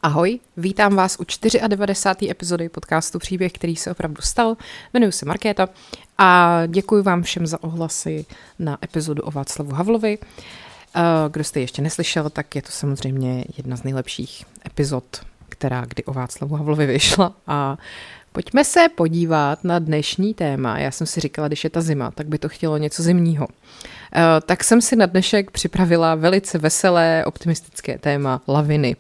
Ahoj, vítám vás u 94. epizody podcastu Příběh, který se opravdu stal. Jmenuji se Markéta a děkuji vám všem za ohlasy na epizodu o Václavu Havlovi. Kdo jste ještě neslyšel, tak je to samozřejmě jedna z nejlepších epizod, která kdy o Václavu Havlovi vyšla. A pojďme se podívat na dnešní téma. Já jsem si říkala, když je ta zima, tak by to chtělo něco zimního. Tak jsem si na dnešek připravila velice veselé, optimistické téma laviny.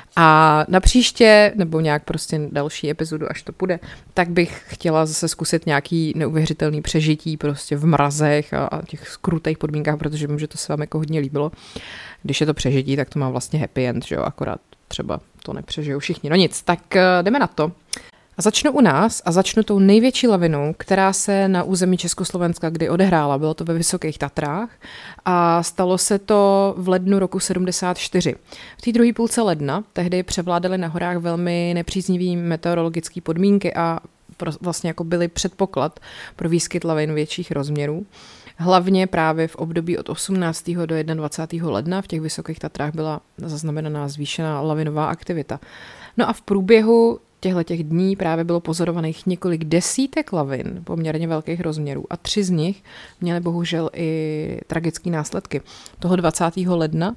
A na příště, nebo nějak prostě další epizodu, až to půjde, tak bych chtěla zase zkusit nějaký neuvěřitelný přežití prostě v mrazech a těch skrutých podmínkách, protože vím, že to se vám jako hodně líbilo. Když je to přežití, tak to má vlastně happy end, že jo, akorát třeba to nepřežijou všichni. No nic, tak jdeme na to. A začnu u nás a začnu tou největší lavinou, která se na území Československa kdy odehrála. Bylo to ve Vysokých Tatrách a stalo se to v lednu roku 74. V té druhé půlce ledna tehdy převládaly na horách velmi nepříznivý meteorologické podmínky a vlastně jako byly předpoklad pro výskyt lavin větších rozměrů. Hlavně právě v období od 18. do 21. ledna v těch Vysokých Tatrách byla zaznamenaná zvýšená lavinová aktivita. No a v průběhu těch dní právě bylo pozorovaných několik desítek lavin poměrně velkých rozměrů a 3 z nich měly bohužel i tragické následky. Toho 20. ledna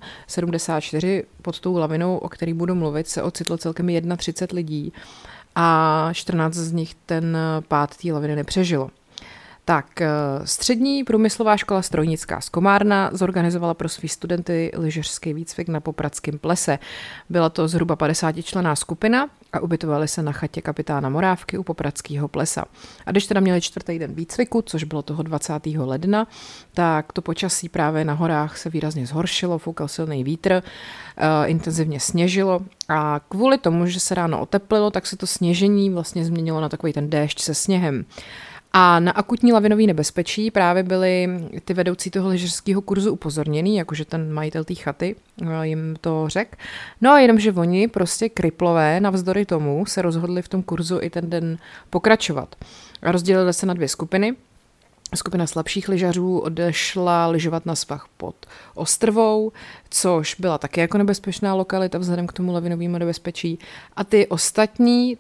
74 pod tou lavinou, o který budu mluvit, se ocitlo celkem 31 lidí a 14 z nich ten pád té laviny nepřežilo. Tak, střední průmyslová škola strojnická z Komárna zorganizovala pro svý studenty lyžařský výcvik na Popradském plese. Byla to zhruba 50členná skupina a ubytovali se na chatě kapitána Morávky u Popradského plesa. A když teda měli 4. den výcviku, což bylo toho 20. ledna, tak to počasí právě na horách se výrazně zhoršilo, foukal silný vítr, intenzivně sněžilo a kvůli tomu, že se ráno oteplilo, tak se to sněžení vlastně změnilo na takový ten déšť se sněhem. A na akutní lavinový nebezpečí právě byli ty vedoucí toho lyžařského kurzu upozorněný, jakože ten majitel té chaty jim to řekl. No a jenomže oni prostě kriplové navzdory tomu se rozhodli v tom kurzu i ten den pokračovat. A rozdělili se na 2 skupiny. Skupina slabších lyžařů odešla lyžovat na svah pod Ostrvou, což byla taky jako nebezpečná lokalita vzhledem k tomu lavinovému nebezpečí. A ty ostatní,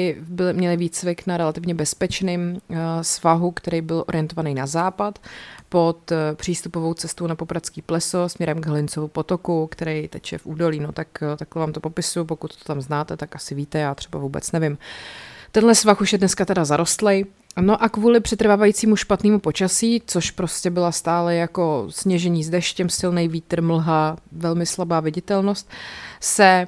měli výcvik na relativně bezpečným svahu, který byl orientovaný na západ, pod přístupovou cestou na Popradský pleso směrem k Hlincovu potoku, který teče v údolí. No tak takhle vám to popisuju, pokud to tam znáte, tak asi víte, já třeba vůbec nevím. Tenhle svah už je dneska teda zarostlej. No a kvůli přetrvávajícímu špatnému počasí, což prostě byla stále jako sněžení s deštěm, silný vítr, mlha, velmi slabá viditelnost, se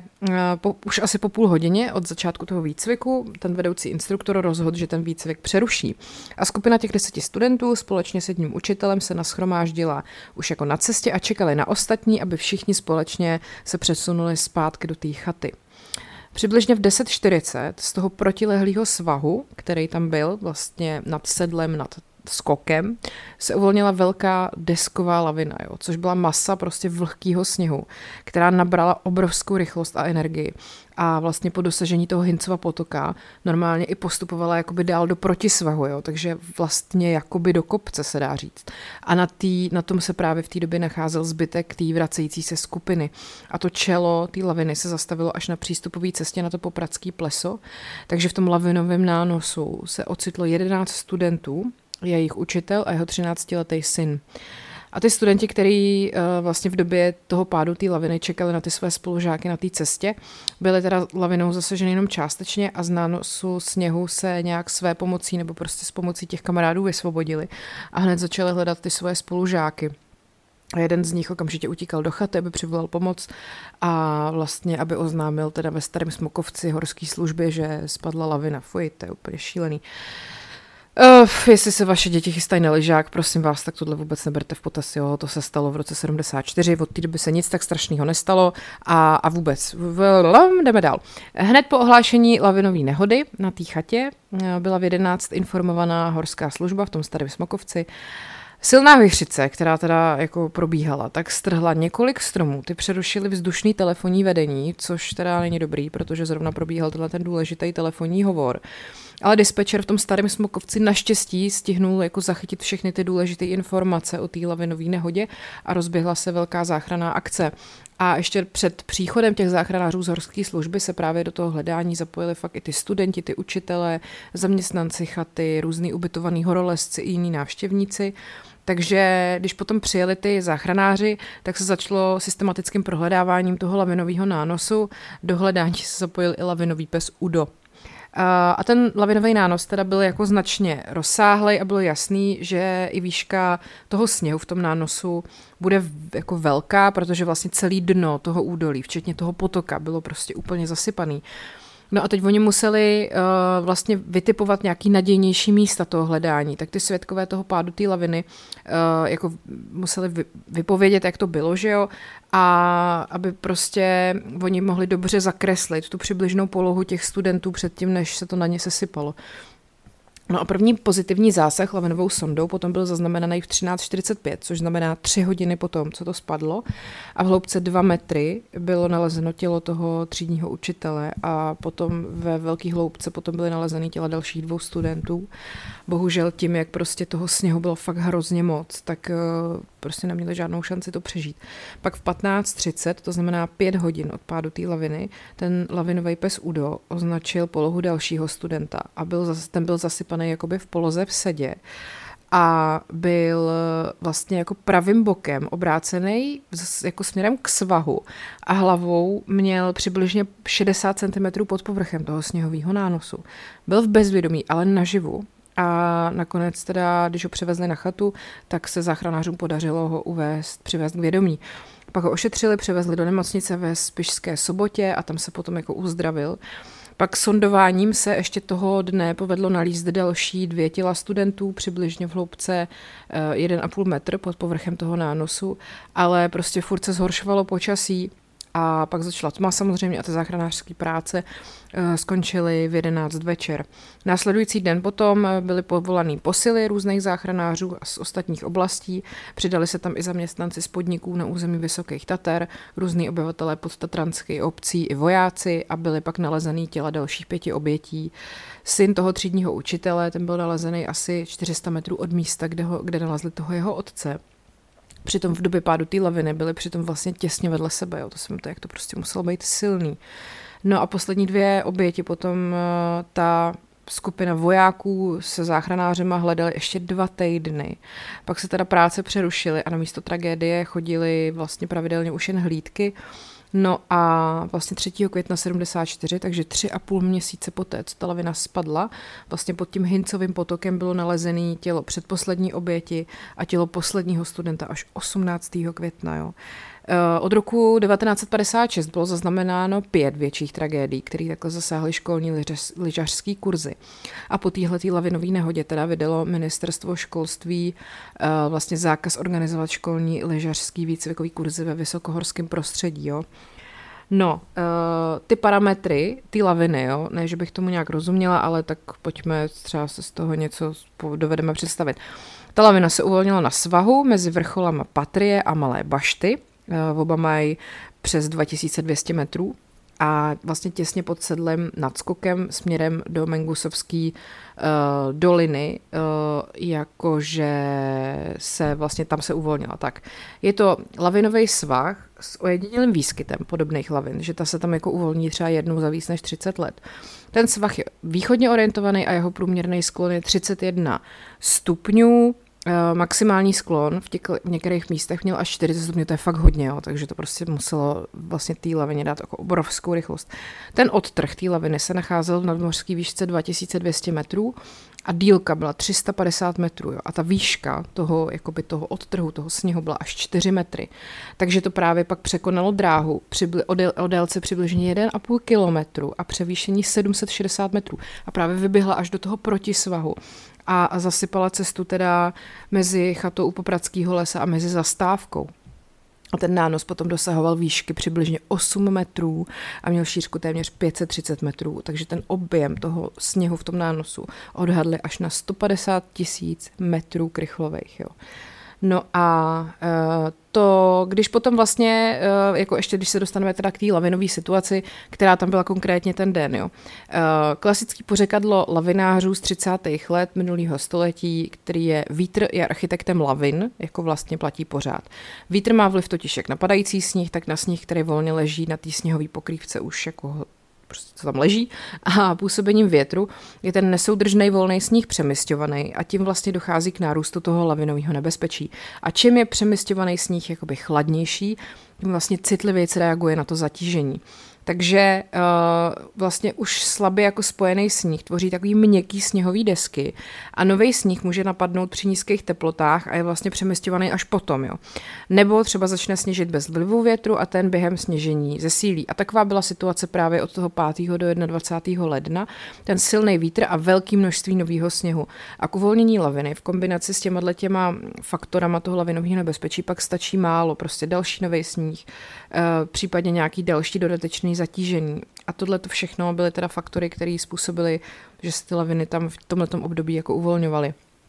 už asi po půl hodině od začátku toho výcviku ten vedoucí instruktor rozhodl, že ten výcvik přeruší. A skupina těch 10 studentů společně s jedním učitelem se nashromáždila už jako na cestě a čekali na ostatní, aby všichni společně se přesunuli zpátky do té chaty. Přibližně v 10:40 z toho protilehlého svahu, který tam byl vlastně nad sedlem, nad skokem, se uvolnila velká desková lavina, což byla masa prostě vlhkého sněhu, která nabrala obrovskou rychlost a energii. A vlastně po dosažení toho Hlincova potoka normálně i postupovala jakoby dál do protisvahu, takže vlastně jakoby do kopce se dá říct. A na tom se právě v té době nacházel zbytek té vracející se skupiny. A to čelo té laviny se zastavilo až na přístupové cestě na to Popradský pleso, takže v tom lavinovém nánosu se ocitlo 11 studentů, jejich učitel a jeho 13letý syn. A ty studenti, kteří vlastně v době toho pádu té laviny čekali na ty své spolužáky na té cestě, byli teda lavinou zasaženi jenom částečně a z nánosu sněhu se nějak své pomocí nebo prostě s pomocí těch kamarádů vysvobodili a hned začali hledat ty svoje spolužáky. A jeden z nich okamžitě utíkal do chaty, aby přivolal pomoc a vlastně, aby oznámil teda ve Starém Smokovci horské službě, že spadla lavina. Fuj, to je úplně šílený. Jestli se vaše děti chystají na lyžák, prosím vás, tak tohle vůbec neberte v potaz, jo, to se stalo v roce 74, od té doby se nic tak strašného nestalo a vůbec, jdeme dál. Hned po ohlášení lavinové nehody na té chatě byla v 11 informovaná horská služba v tom Starém Smokovci. Silná vichřice, která teda jako probíhala, tak strhla několik stromů, ty přerušily vzdušný telefonní vedení, což teda není dobrý, protože zrovna probíhal tenhle ten důležitý telefonní hovor. ale dispečer v tom starém Smokovci naštěstí stihnul jako zachytit všechny ty důležité informace o té lavinové nehodě a rozběhla se velká záchranná akce. A ještě před příchodem těch záchranářů z horské služby se právě do toho hledání zapojili fakt i ty studenti, ty učitelé, zaměstnanci chaty, různý ubytovaný horolezci i jiní návštěvníci. Takže když potom přijeli ty záchranáři, tak se začalo systematickým prohledáváním toho lavinového nánosu. Do hledání se zapojil i lavinový pes Udo. A ten lavinový nános teda byl jako značně rozsáhlej a bylo jasný, že i výška toho sněhu v tom nánosu bude jako velká, protože vlastně celý dno toho údolí, včetně toho potoka, bylo prostě úplně zasypaný. No a teď oni museli vlastně vytipovat nějaký nadějnější místa toho hledání, tak ty svědkové toho pádu té laviny jako museli vypovědět, jak to bylo, že jo, a aby prostě oni mohli dobře zakreslit tu přibližnou polohu těch studentů předtím, než se to na ně sesypalo. No a první pozitivní zásah lavinovou sondou potom byl zaznamenaný v 13:45, což znamená 3 hodiny potom, co to spadlo. A v hloubce 2 metry bylo nalezeno tělo toho třídního učitele a potom ve velké hloubce potom byly nalezeny těla dalších 2 studentů. Bohužel tím, jak prostě toho sněhu bylo fakt hrozně moc, tak prostě neměli žádnou šanci to přežít. Pak v 15:30, to znamená 5 hodin od pádu té laviny, ten lavinový pes Udo označil polohu dalšího studenta a ten byl zasypaný jakoby v poloze v sedě a byl vlastně jako pravým bokem obrácený jako směrem k svahu a hlavou měl přibližně 60 cm pod povrchem toho sněhového nánosu. Byl v bezvědomí, ale naživu. A nakonec teda, když ho převezli na chatu, tak se záchranářům podařilo ho přivést k vědomí. Pak ho ošetřili, převezli do nemocnice ve Spišské Sobotě a tam se potom jako uzdravil. Pak sondováním se ještě toho dne povedlo nalízt další 2 těla studentů, přibližně v hloubce 1,5 metr pod povrchem toho nánosu, ale prostě furt se zhoršovalo počasí a pak začala tma samozřejmě a ty záchranářské práce skončily v 11 večer. Následující den potom byly povolaný posily různých záchranářů z ostatních oblastí, přidali se tam i zaměstnanci z podniků na území Vysokých Tater, různí obyvatelé podtatranských obcí i vojáci a byly pak nalezený těla dalších 5 obětí. Syn toho třídního učitele, ten byl nalezený asi 400 metrů od místa, kde nalezli toho jeho otce. Přitom v době pádu té laviny byly přitom vlastně těsně vedle sebe, jo. To jsem to, jak to prostě muselo být silný. No a poslední 2 oběti potom ta skupina vojáků se záchranářema hledali ještě 2 týdny. Pak se teda práce přerušily a na místo tragédie chodili vlastně pravidelně už jen hlídky. No a vlastně 3. května 74, takže 3,5 měsíce poté, co ta lavina spadla, vlastně pod tím Hincovým potokem bylo nalezené tělo předposlední oběti a tělo posledního studenta až 18. května. Jo. Od roku 1956 bylo zaznamenáno 5 větších tragédií, které takhle zasáhly školní lyžařský kurzy. A po téhletý lavinové nehodě teda vydalo ministerstvo školství vlastně zákaz organizovat školní lyžařský výcvikový kurzy ve vysokohorském prostředí. Jo. No, ty parametry, ty laviny, jo, ne, že bych tomu nějak rozuměla, ale tak pojďme třeba se z toho něco dovedeme představit. Ta lavina se uvolnila na svahu mezi vrcholama Patrie a Malé Bašty. Oba mají přes 2200 metrů a vlastně těsně pod sedlem nad skokem směrem do Mengusovské doliny, jakože se vlastně tam se uvolnila. Tak. Je to lavinový svah s ojedinělým výskytem podobných lavin, že ta se tam jako uvolní třeba jednou za víc než 30 let. Ten svah je východně orientovaný a jeho průměrný sklon je 31 stupňů. Maximální sklon v některých místech měl až 40 stupňů, to je fakt hodně, jo, takže to prostě muselo vlastně té lavině dát jako obrovskou rychlost. Ten odtrh té laviny se nacházel v nadmořské výšce 2200 metrů a dílka byla 350 metrů, jo, a ta výška toho odtrhu, toho sněhu byla až 4 metry. Takže to právě pak překonalo dráhu o délce přibližně 1,5 kilometru a převýšení 760 metrů a právě vyběhla až do toho protisvahu. A zasypala cestu teda mezi chatou u Popradského lesa a mezi zastávkou. A ten nános potom dosahoval výšky přibližně 8 metrů a měl šířku téměř 530 metrů, takže ten objem toho sněhu v tom nánosu odhadli až na 150 000 metrů krychlových. Jo. No a to, když potom vlastně, jako ještě když se dostaneme teda k té lavinové situaci, která tam byla konkrétně ten den, jo. Klasický pořekadlo lavinářů z 30. let minulého století, který je vítr je architektem lavin, jako vlastně platí pořád. Vítr má vliv totiž jak na padající sníh, tak na sníh, který volně leží na té sněhové pokrývce už jako prostě to tam leží a působením větru je ten nesoudržný volný sníh přemisťovaný a tím vlastně dochází k nárůstu toho lavinového nebezpečí. A čím je přemisťovaný sníh jakoby chladnější, tím vlastně citlivěji reaguje na to zatížení. Takže vlastně už slabě jako spojený sníh tvoří takový měkký sněhový desky a nový sníh může napadnout při nízkých teplotách a je vlastně přemisťovaný až potom. Jo. Nebo třeba začne sněžit bez vlivu větru a ten během sněžení zesílí. A taková byla situace právě od toho 5. do 21. ledna. Ten silný vítr a velké množství nového sněhu. A k uvolnění laviny v kombinaci s těma faktorama toho lavinového nebezpečí pak stačí málo, prostě další nový sníh, případně nějaký další dodatečný zatížení. A tohle to všechno byly teda faktory, které způsobily, že se ty laviny tam v tomhletom období jako uvolňovaly.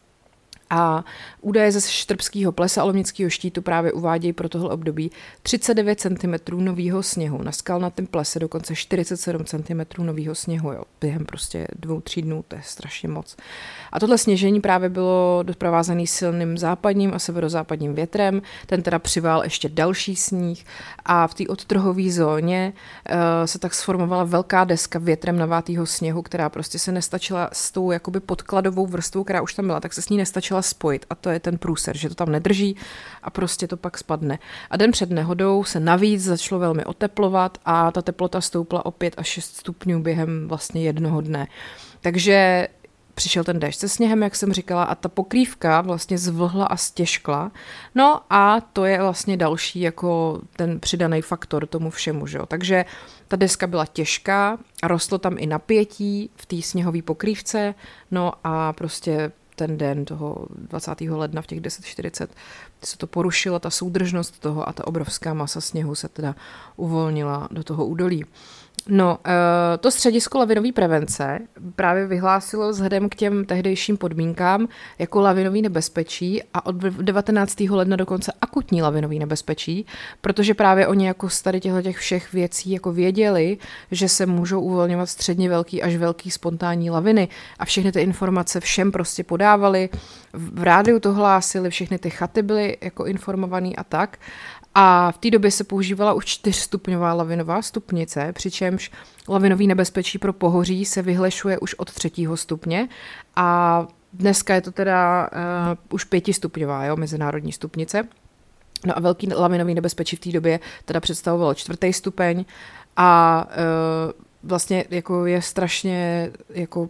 A údaje ze Štrbského plesa a Lomnického štítu právě uvádějí pro tohle období 39 cm nového sněhu. Na skalnatém plese dokonce 47 cm nového sněhu, jo. Během prostě 2-3 dnů, to je strašně moc. A tohle sněžení právě bylo doprovázené silným západním a severozápadním větrem, ten teda přivál ještě další sníh a v té odtrhové zóně se tak sformovala velká deska větrem navátého sněhu, která prostě se nestačila s tou jakoby podkladovou vrstvou, která už tam byla, tak se s ní nestačila spojit a to je ten průser, že to tam nedrží a prostě to pak spadne. A den před nehodou se navíc začalo velmi oteplovat a ta teplota stoupla o 5 až 6 stupňů během vlastně jednoho dne. Takže přišel ten déšť se sněhem, jak jsem říkala, a ta pokrývka vlastně zvlhla a stěžkla. No a to je vlastně další jako ten přidaný faktor tomu všemu, že jo. Takže ta deska byla těžká a rostlo tam i napětí v té sněhové pokrývce, no a prostě ten den toho 20. ledna v těch 10:40 se to porušilo, ta soudržnost toho a ta obrovská masa sněhu se teda uvolnila do toho údolí. No, to středisko lavinové prevence právě vyhlásilo vzhledem k těm tehdejším podmínkám jako lavinový nebezpečí a od 19. ledna dokonce akutní lavinový nebezpečí, protože právě oni jako z tady těch všech věcí jako věděli, že se můžou uvolňovat středně velký až velký spontánní laviny a všechny ty informace všem prostě podávali, v rádiu to hlásili, všechny ty chaty byly jako informovaný a tak. A v té době se používala už 4stupňová lavinová stupnice, přičemž lavinový nebezpečí pro pohoří se vyhlašuje už od 3. stupně a dneska je to teda už 5stupňová, jo, mezinárodní stupnice. No a velký lavinový nebezpečí v té době teda představovalo 4. stupeň a vlastně jako je strašně jako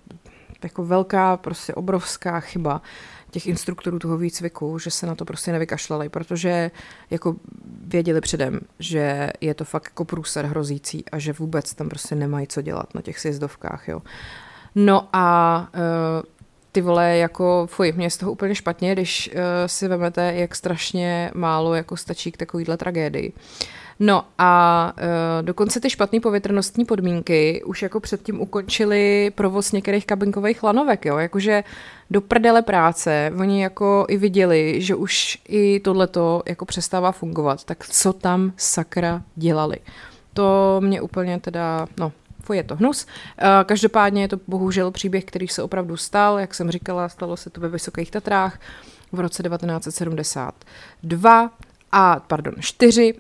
velká, prostě obrovská chyba těch instruktorů toho výcviku, že se na to prostě nevykašlali, protože jako věděli předem, že je to fakt jako průser hrozící a že vůbec tam prostě nemají co dělat na těch sjezdovkách, jo. No a ty vole, jako fuj, mě je z toho úplně špatně, když si vemete, jak strašně málo jako stačí k takovýhle tragédii. No a dokonce ty špatné povětrnostní podmínky už jako předtím ukončili provoz některých kabinkových lanovek, jo, jakože do prdele práce, oni jako i viděli, že už i tohleto jako přestává fungovat, tak co tam sakra dělali? To mě úplně teda, no, je to hnus. Každopádně je to bohužel příběh, který se opravdu stal, jak jsem říkala, stalo se to ve Vysokých Tatrách v roce 1972 4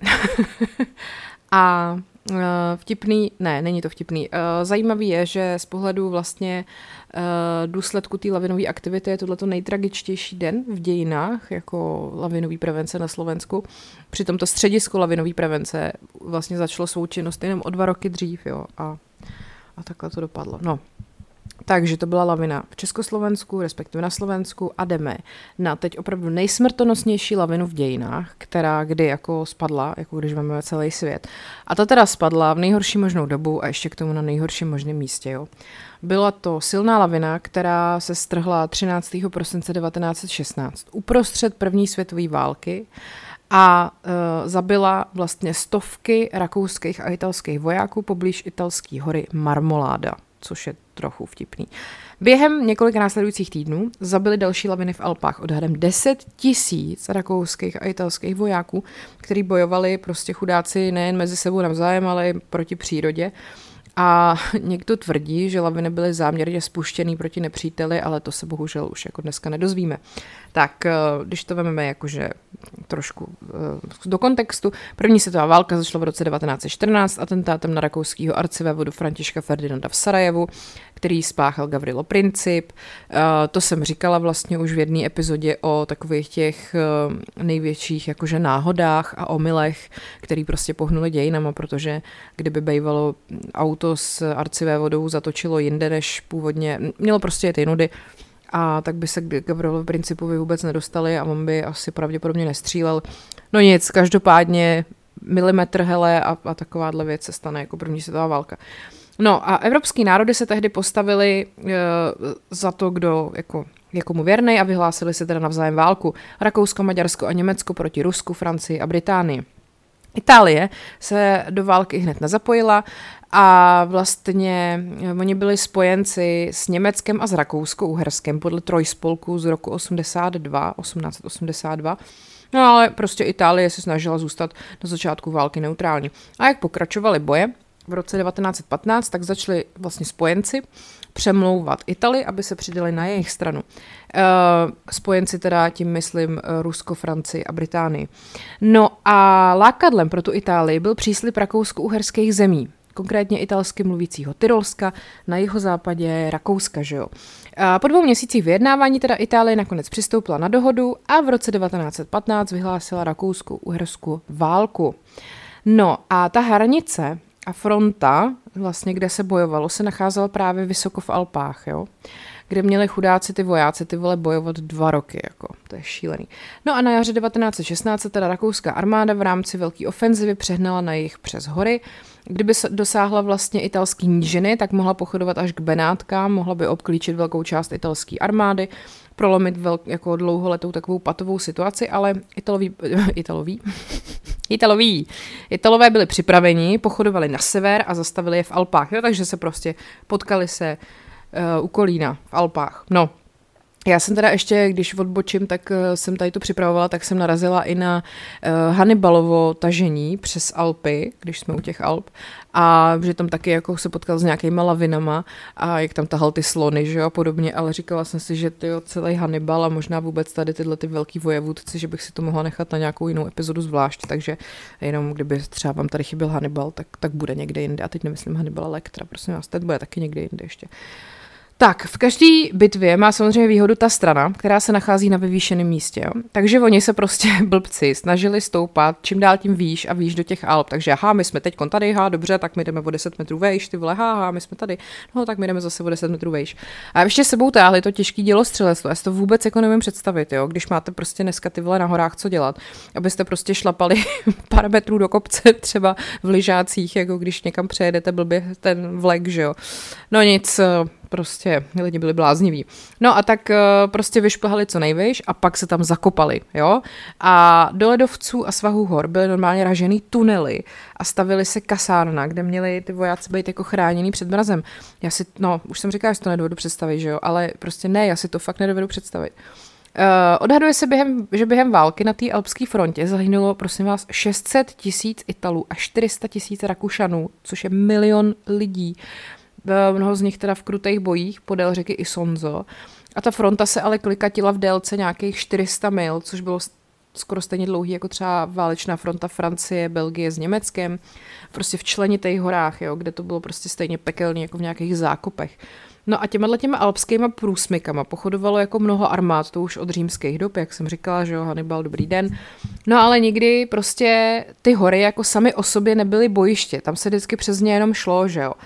a vtipný, ne, není to vtipný. Zajímavý je, že z pohledu vlastně důsledku té lavinové aktivity je tohleto nejtragičtější den v dějinách jako lavinový prevence na Slovensku. Přitom to středisko lavinové prevence vlastně začalo svou činnost jenom o 2 roky dřív, jo, a takhle to dopadlo. No. Takže to byla lavina v Československu, respektive na Slovensku a jdeme na teď opravdu nejsmrtonosnější lavinu v dějinách, která kdy jako spadla, jako když máme celý svět. A ta teda spadla v nejhorší možnou dobu a ještě k tomu na nejhorším možném místě. Jo. Byla to silná lavina, která se strhla 13. prosince 1916 uprostřed první světové války a zabila vlastně stovky rakouských a italských vojáků poblíž italské hory Marmoláda, což je trochu vtipný. Během několika následujících týdnů zabili další laviny v Alpách odhadem 10 000 rakouských a italských vojáků, kteří bojovali prostě chudáci nejen mezi sebou navzájem, ale i proti přírodě. A někdo tvrdí, že laviny byly záměrně spuštěný proti nepříteli, ale to se bohužel už jako dneska nedozvíme. Tak když to vezmeme jakože trošku do kontextu, první světová válka začala v roce 1914 atentátem na rakouského arcivévodu Františka Ferdinanda v Sarajevu, který spáchal Gavrilo Princip. To jsem říkala vlastně už v jedné epizodě o takových těch největších jakože náhodách a omylech, který prostě pohnuly dějinama, protože kdyby bývalo auto s arcivévodou zatočilo jinde, než původně, mělo prostě jet jinudy, a tak by se k Gavrilovi Principovi vůbec nedostali a on by asi pravděpodobně nestřílel. No nic, každopádně milimetr hele a takováhle věc se stane jako první světová válka. No a evropský národy se tehdy postavili za to, kdo je komu věrnej a vyhlásili se teda navzájem válku. Rakousko, Maďarsko a Německo proti Rusku, Francii a Británii. Itálie se do války hned nezapojila a vlastně oni byli spojenci s Německem a s Rakousko-Uherskem podle trojspolku z roku 1882. No ale prostě Itálie se snažila zůstat na začátku války neutrální. A jak pokračovaly boje v roce 1915, tak začali vlastně spojenci přemlouvat Itálii, aby se přidali na jejich stranu. Spojenci teda tím myslím Rusko, Francii a Británii. No a lákadlem pro tu Itálii byl příslib rakousko-uherských zemí, konkrétně italsky mluvícího Tyrolska, na jihozápadě Rakouska, že jo. Po 2 měsících vyjednávání teda Itálie nakonec přistoupila na dohodu a v roce 1915 vyhlásila Rakousku-Uhersku válku. No a ta hranice a fronta, vlastně kde se bojovalo, se nacházela právě vysoko v Alpách, jo, kde měli chudáci ty vojáci ty vole bojovat 2 roky, jako, to je šílený. No a na jaře 1916 teda rakouská armáda v rámci velké ofenzivy přehnala na jih přes hory. Kdyby dosáhla vlastně italský nížiny, tak mohla pochodovat až k Benátkám, mohla by obklíčit velkou část italské armády, prolomit jako dlouholetou takovou patovou situaci, ale Italové byli připraveni, pochodovali na sever a zastavili je v Alpách, jo, takže se prostě potkali se u Kolína v Alpách. No, já jsem teda ještě, když odbočím, tak jsem tady to připravovala, tak jsem narazila i na Hannibalovo tažení přes Alpy, když jsme u těch Alp, a že tam taky jako se potkal s nějakýma lavinama a jak tam tahal ty slony, že jo, a podobně, ale říkala jsem si, že tyjo, celý Hannibal a možná vůbec tady tyhle ty velký vojevůdci, že bych si to mohla nechat na nějakou jinou epizodu zvlášť, takže jenom kdyby třeba vám tady chyběl Hannibal, tak bude někde jinde, a teď nemyslím Hannibala Lectra, prosím vás, teď bude taky někde jinde ještě. Tak, v každé bitvě má samozřejmě výhodu ta strana, která se nachází na vyvýšeném místě. Jo? Takže oni se prostě blbci snažili stoupat čím dál tím výš a výš do těch Alp. Takže aha, my jsme teď tady, dobře, tak my jdeme o 10 metrů vejš, ty vole, my jsme tady, no tak my jdeme zase o 10 metrů vejš. A ještě sebou táhli to těžký dělostřelectvo. Já si to vůbec jako nevím představit, jo? Když máte prostě dneska ty vole na horách co dělat, abyste prostě šlapali pár metrů do kopce, třeba v lyžácích, jako když někam přejedete blbě ten vlek, že jo. No nic, prostě lidi byli blázniví. No a tak prostě vyšplhali co nejvejš a pak se tam zakopali, jo. A do ledovců a svahů hor byly normálně ražený tunely a stavily se kasárna, kde měli ty vojáci být jako chráněný před mrazem. Už jsem říkala, že to nedovedu představit, že jo, ale prostě ne, já si to fakt nedovedu představit. Odhaduje se, že během války na té alpské frontě zahynulo, prosím vás, 600 000 Italů a 400 000 Rakušanů, což je 1 000 000 lidí. Mnoho z nich teda v krutých bojích podél řeky Isonzo. A ta fronta se ale klikatila v délce nějakých 400 mil, což bylo skoro stejně dlouhý jako třeba válečná fronta Francie, Belgie s Německem. Prostě v členitých horách, jo, kde to bylo prostě stejně pekelný jako v nějakých zákopech. No a těma alpskýma průsmykama pochodovalo jako mnoho armád, to už od římských dob, jak jsem říkala, že jo, Hannibal, dobrý den. No ale nikdy prostě ty hory jako sami o sobě nebyly bojiště, tam se vždycky přes ně jenom šlo, že jo.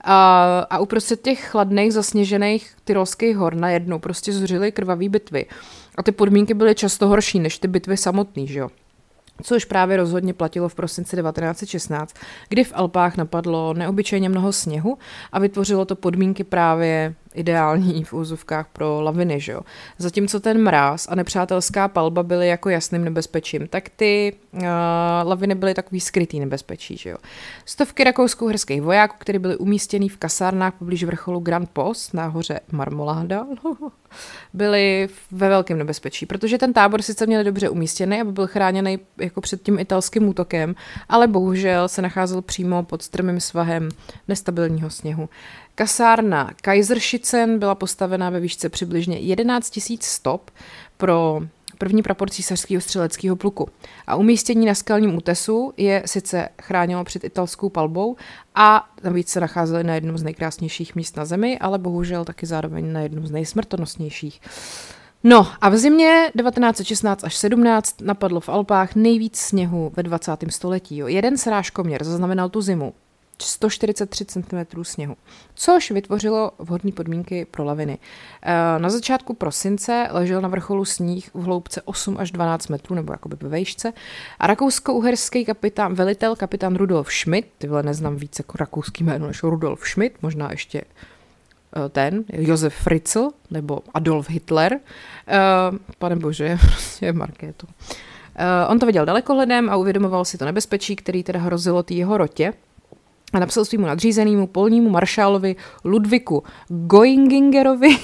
A uprostřed těch chladných, zasněžených tyrolských hor najednou prostě zuřily krvavý bitvy. A ty podmínky byly často horší než ty bitvy samotný, že jo. Což právě rozhodně platilo v prosinci 1916, kdy v Alpách napadlo neobyčejně mnoho sněhu a vytvořilo to podmínky právě ideální v úzovkách pro laviny, že jo. Zatímco ten mráz a nepřátelská palba byly jako jasným nebezpečím, tak ty laviny byly takový skrytý nebezpečí, že jo. Stovky rakousko-uherských vojáků, kteří byli umístěni v kasárnách poblíž vrcholu Grand Post na hoře Marmoláda, byli ve velkém nebezpečí, protože ten tábor sice měli dobře umístěný, aby byl chráněný jako před tím italským útokem, ale bohužel se nacházel přímo pod strmým svahem nestabilního sněhu. Kasárna Kaiserschützen byla postavena ve výšce přibližně 11 000 stop pro první prapor císařského střeleckého pluku. A umístění na skalním útesu je sice chránilo před italskou palbou a navíc se nacházeli na jednom z nejkrásnějších míst na zemi, ale bohužel taky zároveň na jednom z nejsmrtonosnějších. No a v zimě 1916 až 17 napadlo v Alpách nejvíc sněhu ve 20. století. Jo. Jeden srážkoměr zaznamenal tu zimu 143 cm sněhu, což vytvořilo vhodné podmínky pro laviny. Na začátku prosince ležel na vrcholu sníh v hloubce 8 až 12 metrů, nebo jakoby ve vejšce, a rakousko-uherský velitel kapitán Rudolf Schmidt, tyhle neznám víc jako rakouský jméno než Rudolf Schmidt, možná ještě ten, Josef Fritzl, nebo Adolf Hitler, pane bože, prostě Markéto. On to viděl dalekohledem a uvědomoval si to nebezpečí, který teda hrozilo té jeho rotě, a napsal svýmu nadřízenému polnímu maršálovi Ludviku Goingingerovi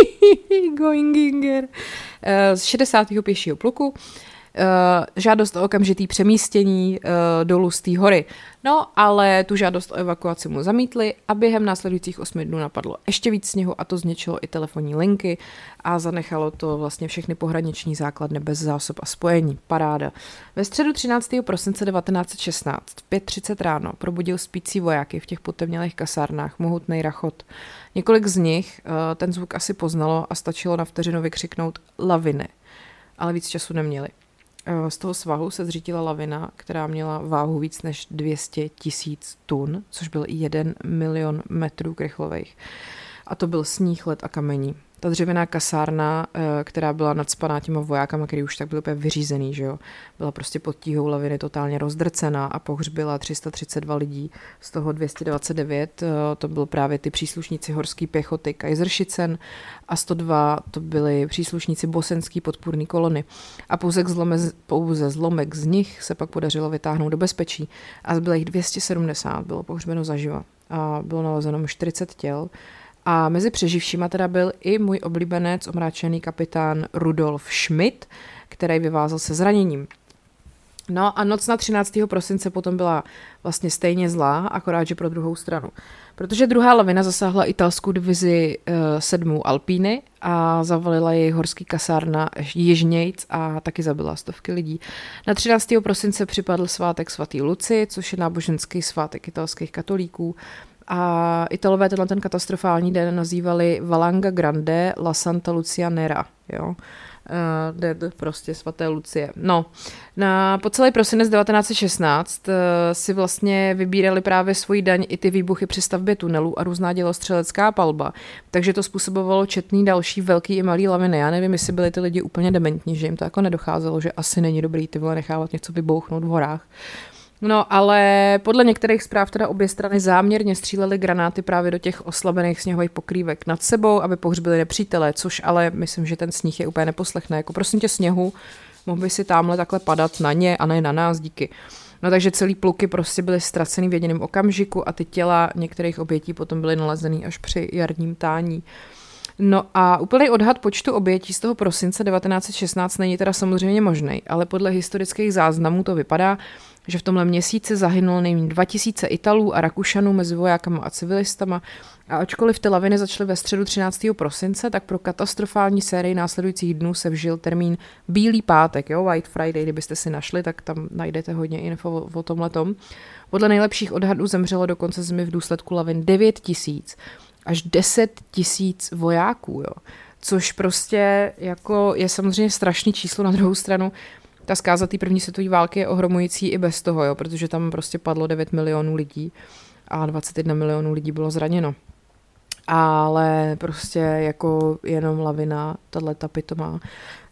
z 60. pěšího pluku žádost o okamžitý přemístění dolů z té hory. No, ale tu žádost o evakuaci mu zamítli a během následujících 8 dnů napadlo ještě víc sněhu a to zničilo i telefonní linky a zanechalo to vlastně všechny pohraniční základny bez zásob a spojení. Paráda. Ve středu 13. prosince 1916 v 5:30 ráno probudil spící vojáky v těch potemnělých kasárnách mohutnej rachot. Několik z nich ten zvuk asi poznalo a stačilo na vteřinu vykřiknout laviny, ale víc času neměli. Z toho svahu se zřítila lavina, která měla váhu víc než 200 000 tun, což byl 1 milion metrů krychlových. A to byl sníh, led a kamení. Ta dřevěná kasárna, která byla nacpaná těma vojákama, který už tak byli úplně vyřízený, že jo, byla prostě pod tíhou laviny totálně rozdrcená a pohřbila 332 lidí, z toho 229, to byl právě ty příslušníci horské pěchoty Kaiserschützen a 102 to byli příslušníci bosenské podpůrné kolony. A pouze zlomek z nich se pak podařilo vytáhnout do bezpečí a zbylých 270 bylo pohřbeno zaživa a bylo nalezeno 40 těl. A mezi přeživšíma teda byl i můj oblíbenec, omráčený kapitán Rudolf Schmidt, který vyvázal se zraněním. No a noc na 13. prosince potom byla vlastně stejně zlá, akorát, že pro druhou stranu. Protože druhá lavina zasáhla italskou divizi 7. Alpíny a zavalila jej horský kasárna jižnějc a taky zabila stovky lidí. Na 13. prosince připadl svátek svatý Luci, což je náboženský svátek italských katolíků. A Italové ten katastrofální den nazývali Valanga Grande la Santa Lucia Nera, jo. Prostě svaté Lucie. No, po celý prosinec 1916 si vlastně vybírali právě svoji daň i ty výbuchy při stavbě tunelů a různá dělostřelecká palba. Takže to způsobovalo četný další velký i malý laviny. Já nevím, jestli byli ty lidi úplně dementní, že jim to jako nedocházelo, že asi není dobrý ty vole nechávat něco vybouchnout v horách. No, ale podle některých zpráv teda obě strany záměrně střílely granáty právě do těch oslabených sněhových pokrývek nad sebou, aby pohřbili nepřítele, což ale myslím, že ten sníh je úplně neposlechne. Jako prosím tě sněhu, mohl by si tamhle takhle padat na ně a ne na nás, díky. No takže celý pluky prostě byly ztracený v jediném okamžiku a ty těla některých obětí potom byly nalezený až při jarním tání. No a úplný odhad počtu obětí z toho prosince 1916 není teda samozřejmě možný, ale podle historických záznamů to vypadá, že v tomhle měsíci zahynulo nejméně 2000 Italů a Rakušanů mezi vojákama a civilistama a ačkoliv ty laviny začaly ve středu 13. prosince, tak pro katastrofální sérii následujících dnů se vžil termín Bílý pátek, jo, White Friday, kdybyste si našli, tak tam najdete hodně info o tomhletom. Podle nejlepších odhadů zemřelo do konce zimy v důsledku lavin 9 000 až 10 000 vojáků, jo. Což prostě jako je samozřejmě strašný číslo. Na druhou stranu ta zkáza té první světové války je ohromující i bez toho, jo, protože tam prostě padlo 9 milionů lidí a 21 milionů lidí bylo zraněno. Ale prostě jako jenom lavina, tato pitomá,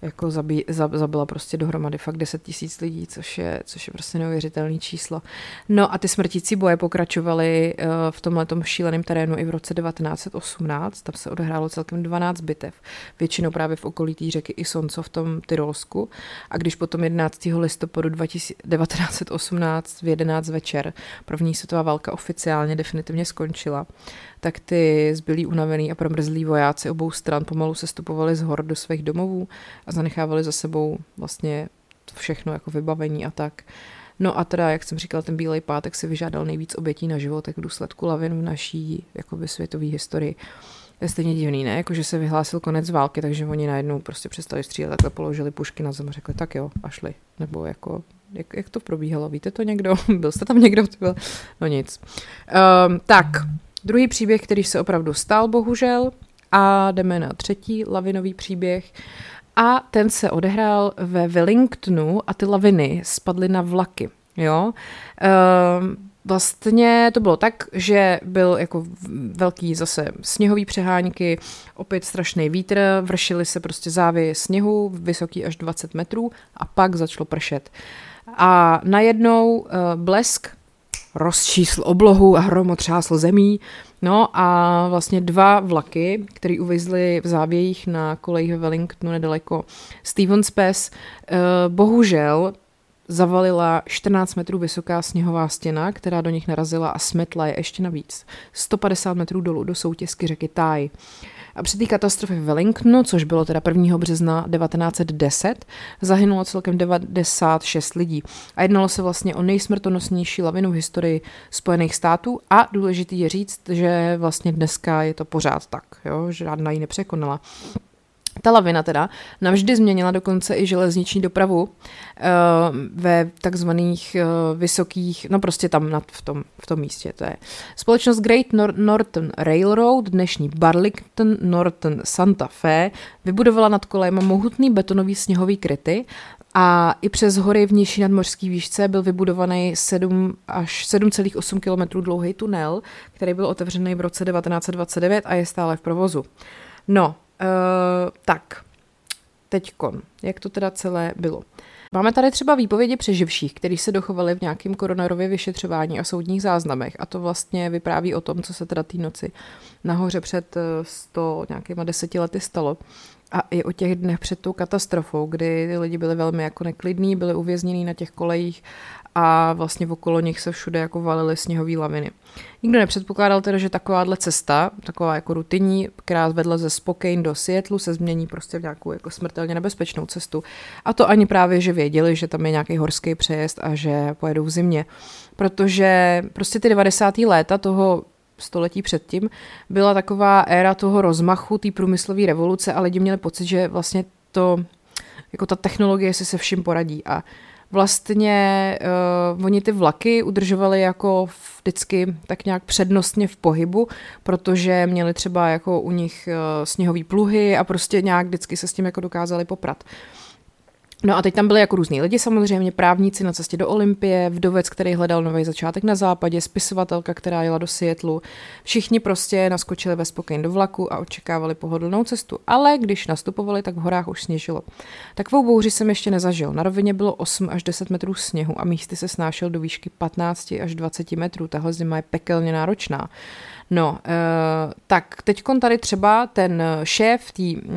jako zabila prostě dohromady fakt 10 000 lidí, což je prostě neuvěřitelné číslo. No a ty smrtící boje pokračovaly v tomhletom šíleném terénu i v roce 1918, tam se odehrálo celkem 12 bitev, většinou právě v okolí té řeky Isonzo v tom Tyrolsku, a když potom 11. listopadu 1918 v 11 večer první světová válka oficiálně definitivně skončila, tak ty zbylí unavený a promrzlí vojáci obou stran pomalu sestupovali z hor do svých domovů a zanechávali za sebou vlastně všechno jako vybavení a tak. No a teda, jak jsem říkal, ten Bílej pátek si vyžádal nejvíc obětí na životech v důsledku lavin v naší jakoby světové historii. Je stejně divný, ne? Jakože se vyhlásil konec války, takže oni najednou prostě přestali střílet, takhle položili pušky na zem a řekli, tak jo, a šli. Nebo jako, jak to probíhalo? Víte to někdo? Byl jste tam někdo? No nic. Tak, druhý příběh, který se opravdu stal, bohužel, a jdeme na třetí lavinový příběh. A ten se odehrál ve Wellingtonu a ty laviny spadly na vlaky. Jo? Vlastně to bylo tak, že byl jako velký zase sněhový přehánky, opět strašný vítr, vršily se prostě závěje sněhu, vysoký až 20 metrů a pak začalo pršet. A najednou blesk rozčísl oblohu a hromotřásl zemí. No a vlastně 2 vlaky, které uvízly v závějích na kolejích ve Wellingtonu nedaleko Stevens Pass, bohužel zavalila 14 metrů vysoká sněhová stěna, která do nich narazila a smetla je ještě navíc 150 metrů dolů do soutěsky řeky Tay. A při té katastrofě v Wellingtonu, což bylo teda 1. března 1910, zahynulo celkem 96 lidí. A jednalo se vlastně o nejsmrtonosnější lavinu v historii Spojených států a důležitý je říct, že vlastně dneska je to pořád tak, jo? Žádná ji nepřekonala. Ta lavina teda navždy změnila dokonce i železniční dopravu ve takzvaných vysokých, no prostě tam v tom místě to je. Společnost Great Northern Railroad, dnešní Burlington Northern Santa Fe, vybudovala nad kolejema mohutný betonový sněhový kryty a i přes hory v nižší nadmořské výšce byl vybudovaný 7,8 km dlouhý tunel, který byl otevřený v roce 1929 a je stále v provozu. No, tak, teďkon, jak to teda celé bylo. Máme tady třeba výpovědi přeživších, kteří se dochovali v nějakém koronarově vyšetřování a soudních záznamech a to vlastně vypráví o tom, co se teda té noci nahoře před 10 lety stalo. A i o těch dnech před tou katastrofou, kdy ty lidi byli velmi jako neklidní, byli uvěznění na těch kolejích a vlastně okolo nich se všude jako valily sněhové laviny. Nikdo nepředpokládal teda, že takováhle cesta, taková jako rutinní, která vedla ze Spokane do Seattlu, se změní prostě v nějakou jako smrtelně nebezpečnou cestu. A to ani právě, že věděli, že tam je nějaký horský přejezd a že pojedou v zimě. Protože prostě ty 90. léta toho století předtím byla taková éra toho rozmachu, té průmyslové revoluce a lidi měli pocit, že vlastně to, jako ta technologie si se vším poradí a vlastně oni ty vlaky udržovali jako vždycky tak nějak přednostně v pohybu, protože měli třeba jako u nich sněhový pluhy a prostě nějak vždycky se s tím jako dokázali poprat. No a teď tam byli jako různý lidi, samozřejmě právníci na cestě do Olympie, vdovec, který hledal nový začátek na západě, spisovatelka, která jela do Seattlu. Všichni prostě naskočili ve Spokane do vlaku a očekávali pohodlnou cestu. Ale když nastupovali, tak v horách už sněžilo. Takovou bouři jsem ještě nezažil. Na rovině bylo 8 až 10 metrů sněhu a místy se snášel do výšky 15 až 20 metrů. Tahle zima je pekelně náročná. No, tak teďkon tady třeba ten šéf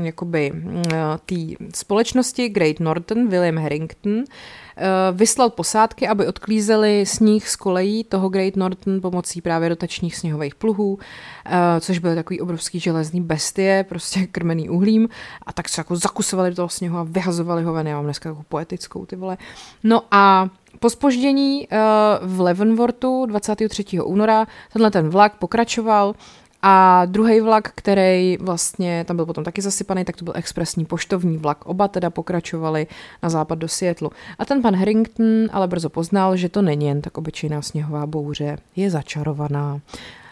té společnosti Great Northern, William Harrington, vyslal posádky, aby odklízeli sníh z kolejí toho Great Northern pomocí právě rotačních sněhových pluhů, což byly takový obrovský železný bestie, prostě krmený uhlím, a tak se jako zakusovali do toho sněhu a vyhazovali ho ven. Já mám dneska jako poetickou, ty vole. No a po zpoždění v Leavenworthu 23. února tenhle ten vlak pokračoval a druhý vlak, který vlastně tam byl potom taky zasypaný, tak to byl expresní poštovní vlak. Oba teda pokračovali na západ do Seattlu. A ten pan Harrington ale brzo poznal, že to není jen tak obyčejná sněhová bouře, je začarovaná.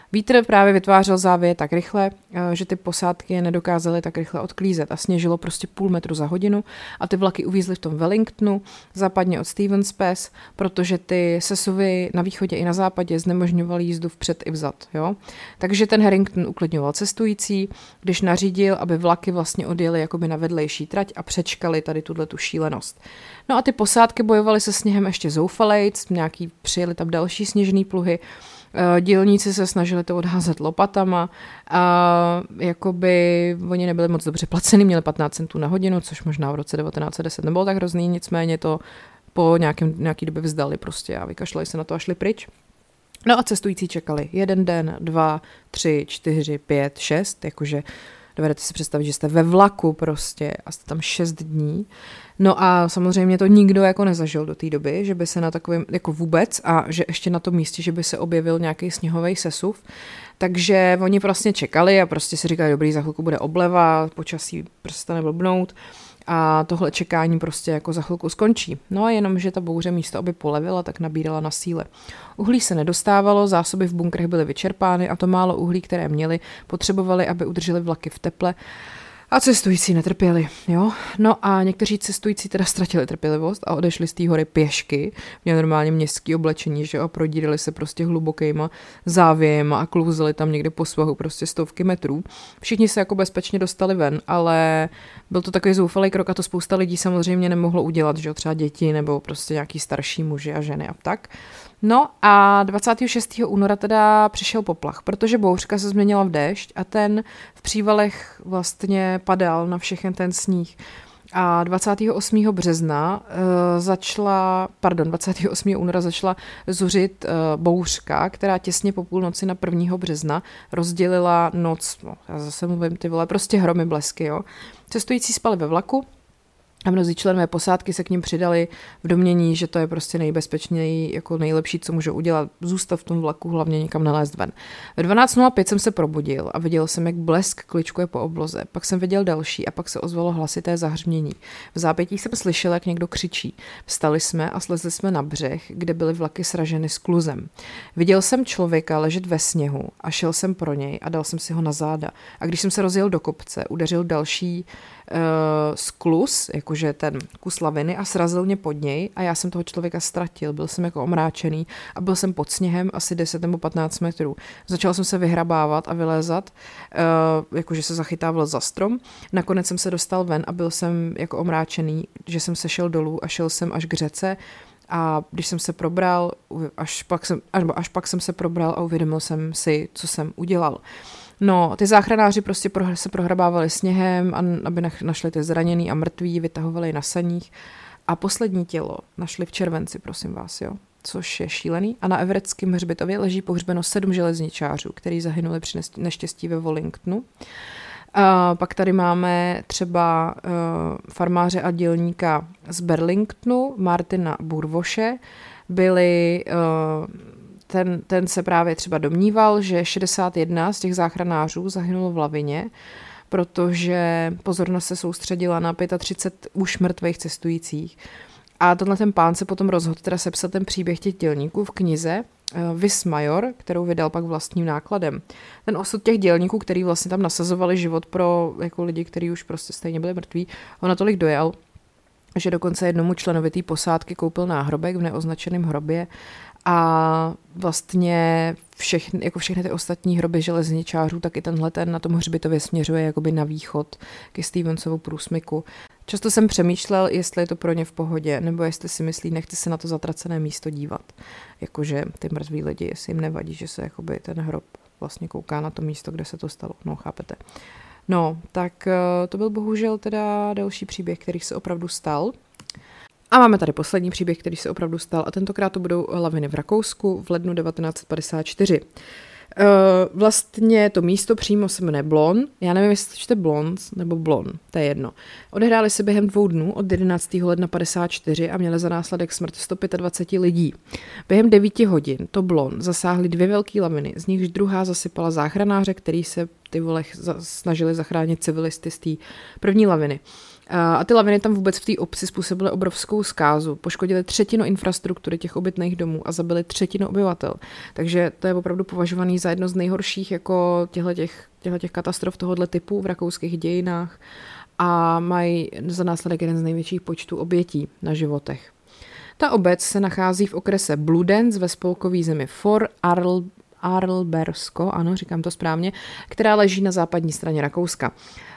Vítr právě vytvářel závěje tak rychle, že ty posádky je nedokázaly tak rychle odklízet a sněžilo prostě 0,5 metru za hodinu a ty vlaky uvízly v tom Wellingtonu, západně od Stevens Pass, protože ty sesuvy na východě i na západě znemožňovaly jízdu vpřed i vzad. Jo? Takže ten Harrington uklidňoval cestující, když nařídil, aby vlaky vlastně odjeli jakoby na vedlejší trať a přečkali tady tu šílenost. No a ty posádky bojovaly se sněhem ještě zoufalejc, přijeli tam další sněžný pluhy, dělníci se snažili to odházet lopatama a jakoby oni nebyli moc dobře placeni, měli 15 centů na hodinu, což možná v roce 1910 nebylo tak hrozný, nicméně to po nějaký době vzdali prostě a vykašlali se na to a šli pryč. No a cestující čekali 1 den, 2, 3, 4, 5, 6, jakože dovedete si představit, že jste ve vlaku prostě a jste tam 6 dní. No a samozřejmě to nikdo jako nezažil do té doby, že by se na takovém, jako vůbec, a že ještě na tom místě, že by se objevil nějaký sněhový sesuv. Takže oni prostě čekali a prostě si říkali, dobrý, za chvilku bude obleva, počasí přestane blbnout a tohle čekání prostě jako za chvilku skončí. No a jenom, že ta bouře místo, aby polevila, tak nabírala na síle. Uhlí se nedostávalo, zásoby v bunkrech byly vyčerpány a to málo uhlí, které měli, potřebovali, aby udrželi vlaky v teple. A cestující netrpěli, jo. No a někteří cestující teda ztratili trpělivost a odešli z té hory pěšky, měli normálně městský oblečení, že a prodírali se prostě hlubokýma závějema a klouzali tam někde po svahu prostě 100 metrů. Všichni se jako bezpečně dostali ven, ale byl to takový zoufalý krok a to spousta lidí samozřejmě nemohlo udělat, že jo, třeba děti nebo prostě nějaký starší muži a ženy a tak. No a 26. února teda přišel poplach, protože bouřka se změnila v déšť a ten v přívalech vlastně padal na všechen ten sníh. A 28. února začala zuřit bouřka, která těsně po půlnoci na 1. března rozdělila noc. No, já zase mluvím ty vole, prostě hromy, blesky, jo. Cestující spali ve vlaku a mnozí členové posádky se k nim přidali v domnění, že to je prostě nejbezpečněji, jako nejlepší, co můžou udělat, zůstat v tom vlaku, hlavně někam nalézt ven. Ve 12:05 jsem se probudil a viděl jsem, jak blesk kličkuje po obloze. Pak jsem viděl další a pak se ozvalo hlasité zahřmění. V zápětí jsem slyšel, jak někdo křičí. Vstali jsme a slezli jsme na břeh, kde byly vlaky sraženy skluzem. Viděl jsem člověka ležet ve sněhu a šel jsem pro něj a dal jsem si ho na záda. A když jsem se rozjel do kopce, udeřil další skluz, jakože ten kus laviny a srazil mě pod něj a já jsem toho člověka ztratil, byl jsem jako omráčený a byl jsem pod sněhem asi 10 nebo 15 metrů. Začal jsem se vyhrabávat a vylézat, jakože se zachytával za strom. Nakonec jsem se dostal ven a byl jsem jako omráčený, že jsem se šel dolů a šel jsem až k řece a když jsem se probral, až pak jsem se probral a uvědomil jsem si, co jsem udělal. No, ty záchranáři prostě se prohrabávali sněhem, aby našli ty zraněný a mrtví, vytahovali na saních a poslední tělo našli v červenci, prosím vás, jo, což je šílený. A na Everettském hřbitově leží pohřbeno 7 železničářů, kteří zahynuli při neštěstí ve Wellingtonu. Pak tady máme třeba farmáře a dělníka z Burlingtonu, Martina Burvoshe, ten se právě třeba domníval, že 61 z těch záchranářů zahynulo v lavině, protože pozornost se soustředila na 35 už mrtvých cestujících. A tenhle ten pán se potom rozhodl teda sepsat ten příběh těch dělníků v knize Vis Major, kterou vydal pak vlastním nákladem. Ten osud těch dělníků, který vlastně tam nasazovali život pro jako lidi, kteří už prostě stejně byli mrtví, ho natolik dojal, že dokonce jednomu členovi té posádky koupil náhrobek v neoznačeném hrobě a vlastně všechny ty ostatní hroby železničářů, tak i tenhle ten na tom hřbitově směřuje jakoby na východ ke Stevensovu průsmyku. Často jsem přemýšlel, jestli je to pro ně v pohodě, nebo jestli si myslí, nechci se na to zatracené místo dívat. Jakože ty mrtví lidi, jestli jim nevadí, že se jakoby ten hrob vlastně kouká na to místo, kde se to stalo. No, chápete. No, tak to byl bohužel teda další příběh, který se opravdu stal. A máme tady poslední příběh, který se opravdu stal a tentokrát to budou laviny v Rakousku v lednu 1954. Vlastně to místo přímo se jmenuje Blon. Já nevím, jestli to čte Blons nebo Blon, to je jedno. Odehráli se během 2 dnů od 11. ledna 54 a měli za následek smrt 125 lidí. Během 9 hodin to Blon zasáhly 2 velké laviny, z nichž druhá zasypala záchranáře, který se snažili zachránit civilisty z té první laviny. A ty laviny tam vůbec v té obci způsobily obrovskou zkázu. Poškodily 1/3 infrastruktury těch obytných domů a zabily 1/3 obyvatel. Takže to je opravdu považovaný za jedno z nejhorších jako těchto katastrof tohoto typu v rakouských dějinách a mají za následek jeden z největších počtů obětí na životech. Ta obec se nachází v okrese Bludenz ve spolkové zemi Arlbersko, ano, říkám to správně, která leží na západní straně Rakouska.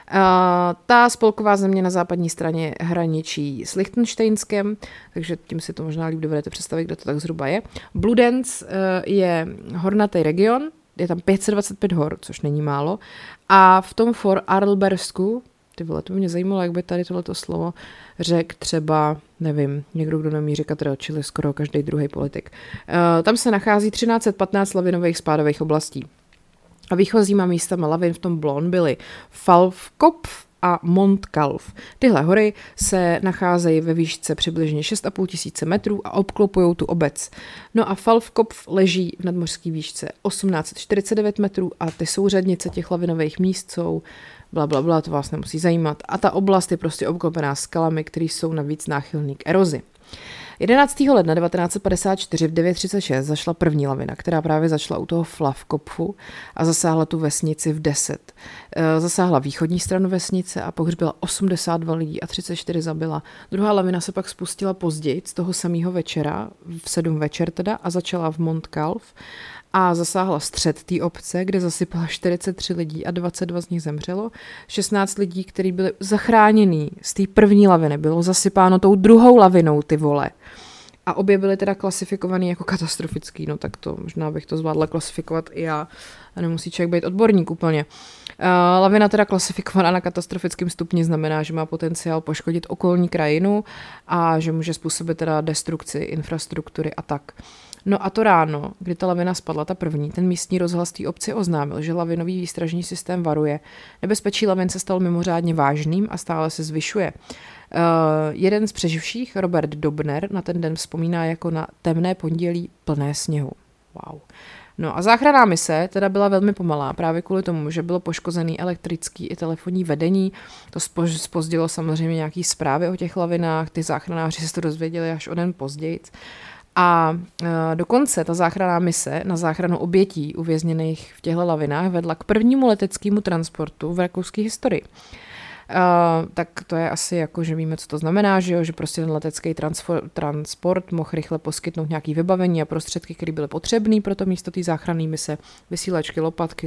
Ta spolková země na západní straně hraničí s Lichtenštejnskem, takže tím si to možná líp dovedete představit, kde to tak zhruba je. Bludenz je hornatý region, je tam 525 hor, což není málo, a v tom Arlbersku, ty vole, to mě zajímalo, jak by tady tohleto slovo řekl třeba, nevím, někdo, kdo nemí říkat čili skoro každý druhý politik. Tam se nachází 1315 lavinových spádových oblastí. A výchozíma místama lavin v tom Blon byly Falfkopf a Montkalf. Tyhle hory se nacházejí ve výšce přibližně 6,5 tisíce metrů a obklopují tu obec. No a Falfkopf leží v nadmořské výšce 1849 metrů a ty souřadnice těch lavinových míst jsou blablabla, to vás nemusí zajímat. A ta oblast je prostě obklopená skalami, které jsou navíc náchylný k erozi. 11. ledna 1954 v 9:36 zašla první lavina, která právě začala u toho Falfkopfu a zasáhla tu vesnici v 10. Zasáhla východní stranu vesnice a pohřbila 82 lidí a 34 zabila. Druhá lavina se pak spustila později, z toho samého večera, v 7 večer teda, a začala v Montkalf a zasáhla střed té obce, kde zasypala 43 lidí a 22 z nich zemřelo. 16 lidí, kteří byli zachránění z té první laviny, bylo zasypáno tou druhou lavinou, ty vole. A obě byly teda klasifikovaný jako katastrofický, no tak to možná bych to zvládla klasifikovat i já. A nemusí člověk být odborník úplně. Lavina teda klasifikovaná na katastrofickém stupni znamená, že má potenciál poškodit okolní krajinu a že může způsobit teda destrukci infrastruktury a tak. No a to ráno, kdy ta lavina spadla, ta první, ten místní rozhlas té obci oznámil, že lavinový výstražní systém varuje. Nebezpečí lavin se stalo mimořádně vážným a stále se zvyšuje. Jeden z přeživších, Robert Dobner, na ten den vzpomíná jako na temné pondělí plné sněhu. Wow. No a záchranná mise teda byla velmi pomalá, právě kvůli tomu, že bylo poškozený elektrický i telefonní vedení. To zpozdilo samozřejmě nějaký zprávy o těch lavinách, ty záchranáři se to dozvěděli až o den později. A dokonce ta záchranná mise na záchranu obětí uvězněných v těchto lavinách vedla k prvnímu leteckému transportu v rakouské historii. Tak to je asi jako, že víme, co to znamená, že prostě ten letecký transport mohl rychle poskytnout nějaké vybavení a prostředky, které byly potřebné pro to místo té záchranné mise, vysílačky, lopaty,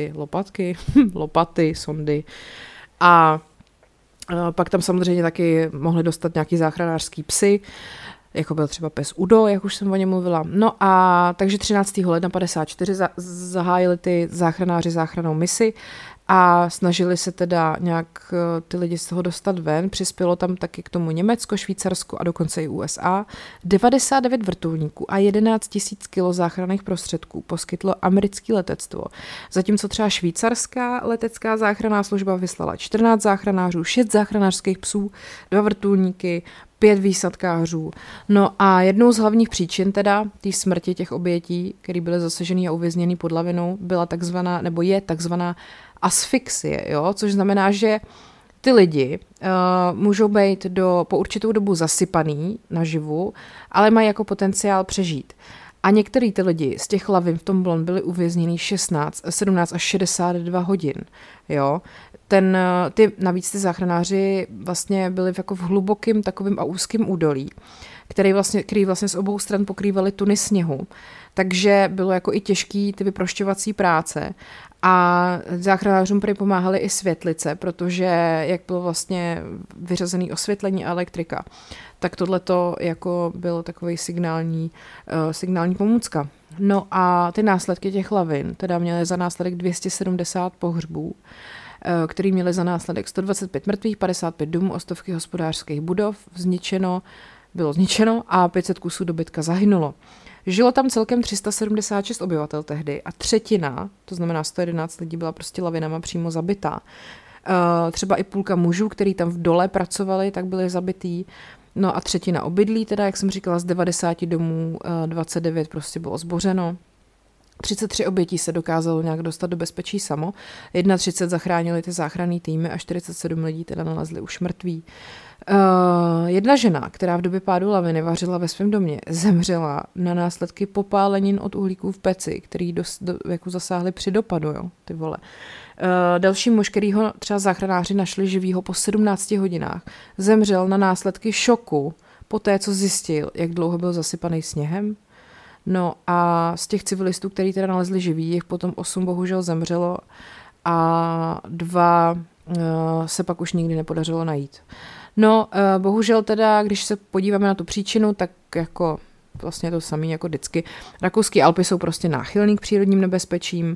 sondy a pak tam samozřejmě taky mohli dostat nějaký záchranářský psy, jako byl třeba pes Udo, jak už jsem o něm mluvila. No a takže 13. ledna 54 zahájili ty záchranáři záchrannou misi a snažili se teda nějak ty lidi z toho dostat ven. Přispělo tam taky k tomu Německo, Švýcarsko a dokonce i USA. 99 vrtulníků a 11 000 kilo záchranných prostředků poskytlo americké letectvo. Zatímco třeba švýcarská letecká záchranná služba vyslala 14 záchranářů, 6 záchranářských psů, 2 vrtulníky, 5 výsadkářů. No a jednou z hlavních příčin teda té smrti těch obětí, které byly zasažený a uvězněný pod lavinou, byla takzvaná, nebo je takzvaná asfixie, jo? Což znamená, že ty lidi můžou být po určitou dobu zasypaný naživu, ale mají jako potenciál přežít. A některý ty lidi z těch lavin v tom Blon byli uvězněný 17 až 62 hodin. Jo? Navíc ty záchranáři vlastně byli jako v hlubokým takovým a úzkým údolí, který vlastně z obou stran pokrývaly tuny sněhu. Takže bylo jako i těžký ty vyprošťovací práce a záchranářům prý pomáhaly i světlice, protože jak bylo vlastně vyřazený osvětlení a elektrika, tak tohleto jako bylo takový signální pomůcka. No a ty následky těch lavin teda měly za následek 270 pohřbů, který měli za následek 125 mrtvých, 55 domů, stovky hospodářských budov bylo zničeno a 500 kusů dobytka zahynulo. Žilo tam celkem 376 obyvatel tehdy a třetina, to znamená 111 lidí, byla prostě lavinama přímo zabitá. Třeba i půlka mužů, kteří tam v dole pracovali, tak byli zabitý. No a třetina obydlí, teda jak jsem říkala, z 90 domů 29 prostě bylo zbořeno. 33 obětí se dokázalo nějak dostat do bezpečí samo, 31 zachránili ty záchranný týmy a 47 lidí teda nalezli už mrtví. Jedna žena, která v době pádu laviny vařila ve svém domě, zemřela na následky popálenin od uhlíků v peci, který jako zasáhli při dopadu, jo, ty vole. Další muž, kterýho třeba záchranáři našli živýho po 17 hodinách, zemřel na následky šoku po té, co zjistil, jak dlouho byl zasypaný sněhem. No a z těch civilistů, který teda nalezli živý, jich potom 8 bohužel zemřelo a 2 se pak už nikdy nepodařilo najít. No, bohužel teda, když se podíváme na tu příčinu, tak jako vlastně to samé jako vždycky. Rakouské Alpy jsou prostě náchylný k přírodním nebezpečím.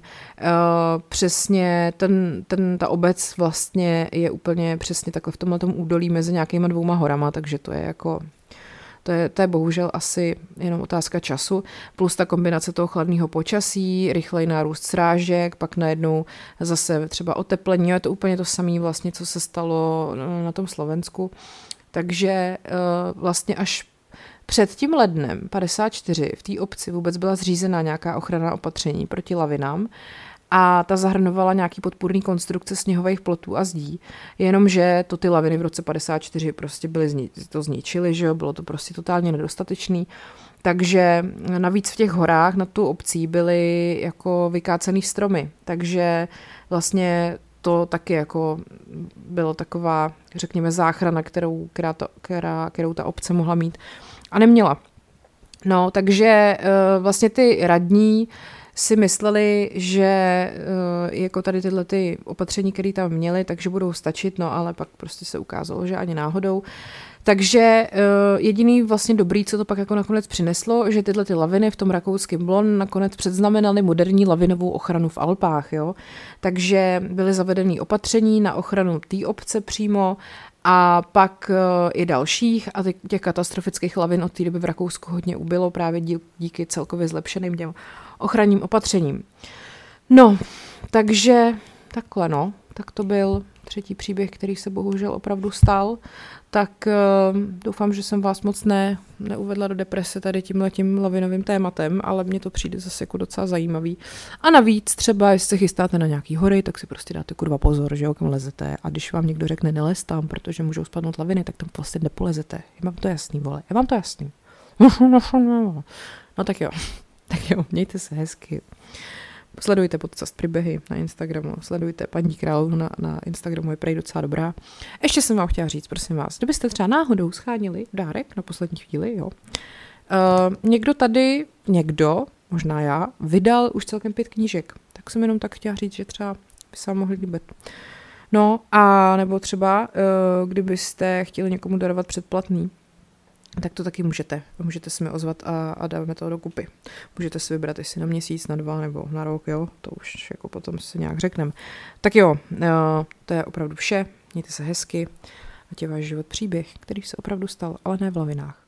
Přesně ta obec vlastně je úplně přesně takhle v tomhletom údolí mezi nějakýma 2 horama, takže to je jako... To je bohužel asi jenom otázka času, plus ta kombinace toho chladného počasí, rychlej nárůst srážek, pak najednou zase třeba oteplení, je to úplně to samé vlastně, co se stalo na tom Slovensku. Takže vlastně až před tím lednem 54 v té obci vůbec byla zřízena nějaká ochranná opatření proti lavinám, a ta zahrnovala nějaký podpůrný konstrukce sněhových plotů a zdí, jenomže to ty laviny v roce 54 prostě to zničily, že jo, bylo to prostě totálně nedostatečný, takže navíc v těch horách nad tu obcí byly jako vykácený stromy, takže vlastně to taky jako bylo taková, řekněme, záchrana, kterou ta obce mohla mít a neměla. No, takže vlastně ty radní si mysleli, že jako tady tyhle ty opatření, které tam měli, takže budou stačit, no ale pak prostě se ukázalo, že ani náhodou. Takže jediný vlastně dobrý, co to pak jako nakonec přineslo, že tyhle ty laviny v tom rakouském Blon nakonec předznamenaly moderní lavinovou ochranu v Alpách, jo. Takže byly zavedeny opatření na ochranu té obce přímo a pak i dalších a těch katastrofických lavin od té doby v Rakousku hodně ubylo právě díky celkově zlepšeným těm ochranním opatřením. No, takže takhle no, tak to byl 3. příběh, který se bohužel opravdu stal, tak doufám, že jsem vás moc neuvedla do deprese tady tímhletím lavinovým tématem, ale mně to přijde zase jako docela zajímavý. A navíc třeba, jestli se chystáte na nějaký hory, tak si prostě dáte kurva pozor, že jo, kam lezete. A když vám někdo řekne nelez tam, protože můžou spadnout laviny, tak tam vlastně nepolezete. Je vám to jasný, vole, je vám to jasný. No tak jo, mějte se hezky. Sledujte podcast Příběhy na Instagramu, sledujte paní Královnu na Instagramu, je prej docela dobrá. Ještě jsem vám chtěla říct, prosím vás, kdybyste třeba náhodou schánili dárek na poslední chvíli, jo. Někdo, možná já, vydal už celkem 5 knížek, tak jsem jenom tak chtěla říct, že třeba by se vám mohli líbit. No a nebo třeba, kdybyste chtěli někomu darovat předplatný, tak to taky můžete. Můžete se mi ozvat a dáme to dokupy. Můžete si vybrat, jestli na měsíc, na 2 nebo na rok, jo. To už jako potom se nějak řekneme. Tak jo, to je opravdu vše. Mějte se hezky. Ať je váš život příběh, který se opravdu stal, ale ne v lavinách.